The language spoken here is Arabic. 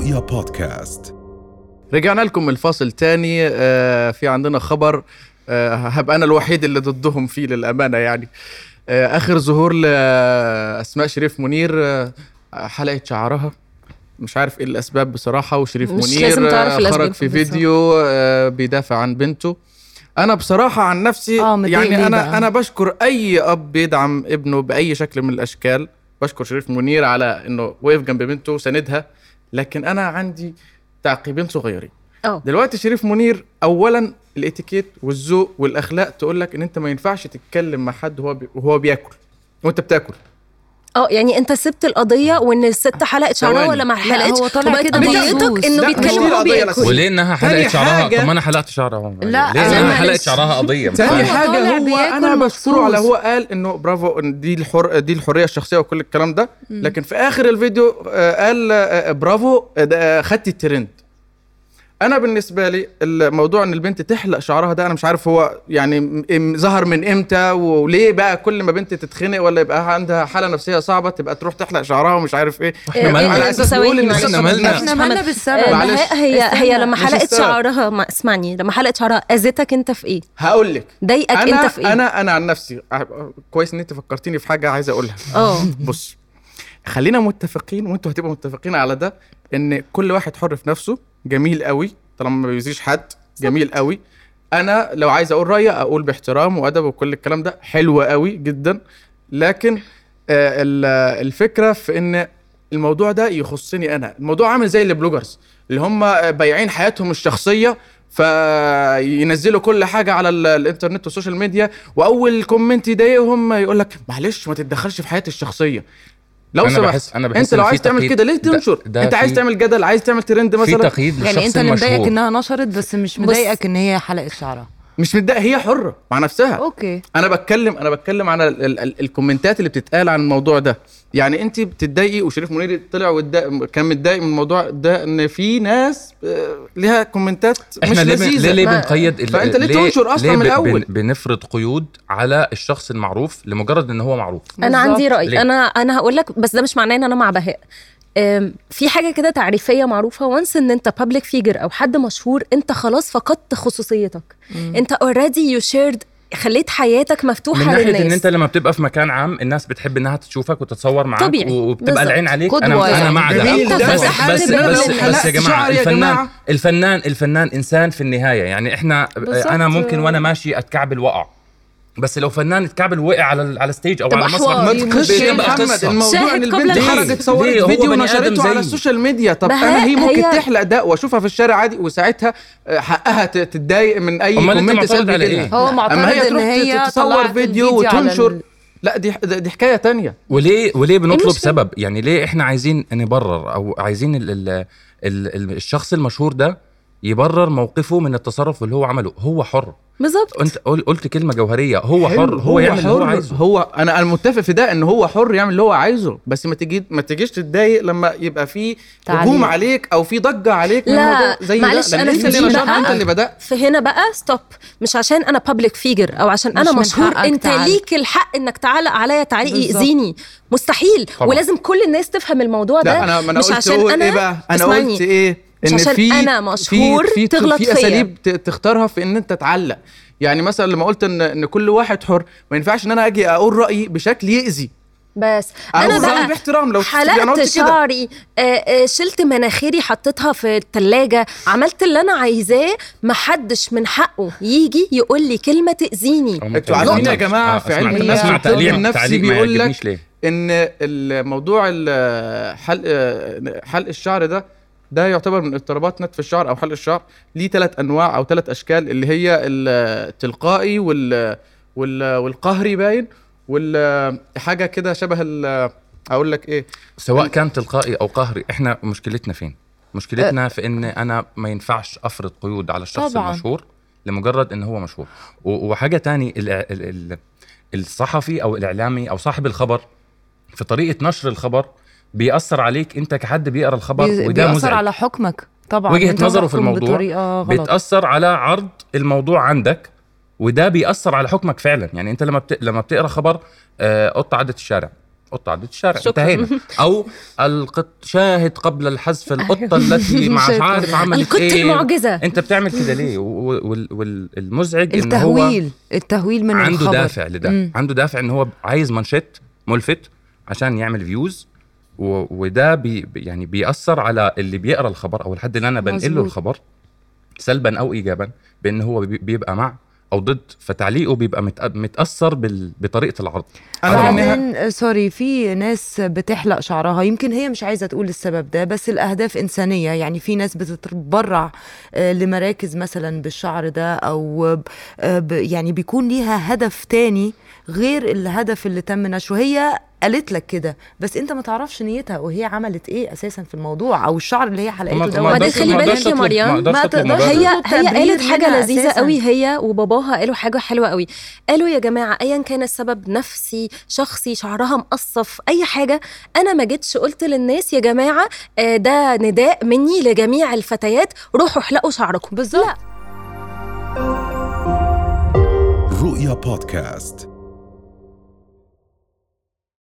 رؤيا بودكاست. رجعنا لكم من الفاصل تاني. في عندنا خبر هبقى أنا الوحيد اللي ضدهم فيه للأمانة. يعني آخر ظهور لأسماء شريف منير، حلقة شعرها، مش عارف إيه الأسباب بصراحة. وشريف منير خرج في فيديو بيدافع عن بنته. أنا بصراحة عن نفسي يعني أنا بشكر أي أب بيدعم ابنه بأي شكل من الأشكال. بشكر شريف منير على إنه وقف جنب بنته وسندها، لكن أنا عندي تعقيبين صغيرين. دلوقتي شريف منير أولا الاتيكيت والذوق والأخلاق تقولك إن أنت ما ينفعش تتكلم مع حد وهو بيأكل وأنت بتأكل. يعني انت سبت القضيه وان الست حلقت شعرها ولا ما حلقتش؟ هو طالع كده قضيتك انه بيتكلم وهو بياكل. وليه انها حلقت شعرها؟ طب ما انا حلقت شعرها. لا ليه انها حلقت شعرها قضيه؟ ثاني حاجه هو انا بشكره على هو قال انه برافو، دي الحريه الشخصيه وكل الكلام ده، لكن في اخر الفيديو قال برافو خدتي الترند. انا بالنسبه لي الموضوع ان البنت تحلق شعرها ده انا مش عارف هو يعني ظهر من امتى وليه بقى كل ما بنت تتخنق ولا يبقى عندها حاله نفسيه صعبه تبقى تروح تحلق شعرها ومش عارف ايه. على اساس بيقول ان احنا مالنا بالسبب. هي لما حلقت شعرها، ما اسمعني، لما حلقت شعرها اذتك انت في ايه؟ هقول لك ضايقك انت في ايه؟ انا عن نفسي كويس ان انت فكرتيني في حاجه عايز اقولها. بص، خلينا متفقين وانتوا هتبقوا متفقين على ده، ان كل واحد حر في نفسه. جميل قوي طالما ما بيزيش حد، جميل قوي. انا لو عايز اقول رايي اقول باحترام وادب وكل الكلام ده حلو قوي جدا، لكن الفكره في ان الموضوع ده يخصني انا. الموضوع عامل زي البلوجرز اللي هم بايعين حياتهم الشخصيه، فينزلوا كل حاجه على الانترنت والسوشيال ميديا، واول كومنت يضايقهم يقول لك معلش ما تتدخلش في حياتي الشخصيه. لو سمحت انت لو عايز تعمل كده ليه تنشر؟ انت عايز تعمل جدل، عايز تعمل ترند مثلا، في تقييد للشخص يعني انت اللي مضايقك انها نشرت بس مش مضايقك ان هي حلقت شعرها؟ مش متضايق، هي حرة مع نفسها. اوكي. انا بتكلم عن الكومنتات اللي بتتقال عن الموضوع ده. يعني انت بتتضايقي وشريف منير طلع كان متضايق من الموضوع ده، ان في ناس ليها كومنتات مش لذيذة. ليه بنقيد؟ فانت ليه تنشر اصلا من الاول؟ بنفرض قيود على الشخص المعروف لمجرد ان هو معروف. انا عندي رأي. انا هقول لك، بس ده مش معناه ان انا مع بهاء. في حاجة كده تعريفية معروفة، وانس ان انت public figure او حد مشهور، انت خلاص فقدت خصوصيتك. انت already you shared، خليت حياتك مفتوحة للناس. من ناحية ان انت لما بتبقى في مكان عام الناس بتحب انها تشوفك وتتصور معاك طبيعي. وبتبقى العين عليك. انا مع ده. بس يا جماعة، الفنان انسان في النهاية. يعني انا ممكن وانا ماشي اتكعبل وقع، بس لو فنان اتكعبل وقع على ستيج او على مسرح ما تخش يا محمد. الموضوع ان البنت خرجت صورت فيديو ونشرته على السوشيال ميديا. طب انا هي ممكن تحلق ده واشوفها في الشارع عادي، وساعتها حقها تتضايق من اي كومنت سلبي كده. هو معترض ان هي تصور فيديو وتنشر. لا دي حكايه تانية. وليه بنطلب سبب؟ يعني ليه احنا عايزين نبرر او عايزين الشخص المشهور ده يبرر موقفه من التصرف اللي هو عمله؟ هو حر بالظبط. انت قلت كلمه جوهريه، هو حر، هو يعمل اللي هو عايزه. انا متفق في ده ان هو حر يعمل اللي هو عايزه، بس ما تجيش تتضايق لما يبقى في هجوم عليك او في ضجه عليك. لا زي معلش، ده. انا انت اللي بدأت في هنا بقى ستوب. مش عشان انا public figure او عشان انا مشهور انت ليك الحق انك تعلق عليا تعليق يأذيني. مستحيل طبعا. ولازم كل الناس تفهم الموضوع ده. مش عشان انا إيه بقى. انا قلت ايه؟ ان أنا مشهور تغلط في اساليب تختارها في ان انت تعلق. يعني مثلا لما قلت ان كل واحد حر، ما ينفعش ان انا اجي اقول رايي بشكل يأذي. بس انا بقى باحترام لو حلقت شعري، شلت مناخيري حطيتها في التلاجة، عملت اللي انا عايزاه، محدش من حقه يجي يقول لي كلمة تأذيني. انتوا عارفين يا جماعة في علم النفس النفسي بيقول لك ان الموضوع حلق الشعر ده يعتبر من اضطرابات نتف الشعر او حلق الشعر. ليه 3 انواع او 3 اشكال، اللي هي التلقائي والقهري باين، والحاجه كده شبه اقول لك ايه، سواء كان تلقائي او قهري. احنا مشكلتنا فين؟ مشكلتنا في ان انا ما ينفعش افرض قيود على الشخص طبعا. المشهور لمجرد ان هو مشهور. وحاجه تاني، الصحفي او الاعلامي او صاحب الخبر في طريقه نشر الخبر بيأثر عليك انت كحد بيقرا الخبر، وده بيأثر على حكمك طبعا. وجهة نظره في الموضوع بتأثر على عرض الموضوع عندك، وده بيأثر على حكمك فعلا. يعني انت لما بتقرا خبر قطة عدت الشارع، قطة عدت الشارع انتهينا. او شاهد قبل الحذف القطة التي مع عارف عملت القطة ايه المعجزة. انت بتعمل كده ليه؟ والمزعج انه هو التهويل من عنده الخبر. دافع لده. عنده دافع ان هو عايز منشط ملفت عشان يعمل فيوز، وده يعني بيأثر على اللي بيقرأ الخبر او الحد اللي انا بنقله الخبر سلبا او ايجابا، بان هو بيبقى مع او ضد، فتعليقه بيبقى متأثر بطريقة العرض. بعدين سوري، في ناس بتحلق شعرها يمكن هي مش عايزة تقول السبب ده، بس الأهداف إنسانية. يعني في ناس بتتبرع لمراكز مثلا بالشعر ده، أو يعني بيكون ليها هدف تاني غير الهدف اللي تم نشره. هي قالت لك كده بس انت ما تعرفش نيتها وهي عملت ايه اساسا في الموضوع، او الشعر اللي هي حلقته ده. وبعدين خلي بالك يا مريم، هي قالت حاجه لذيذه قوي، هي وباباها قالوا حاجه حلوه قوي. قالوا يا جماعه ايا كان السبب، نفسي شخصي، شعرها مقصف، اي حاجه، انا ما جيتش قلت للناس يا جماعه ده نداء مني لجميع الفتيات روحوا احلقوا شعركم. بالظبط. رؤيا بودكاست.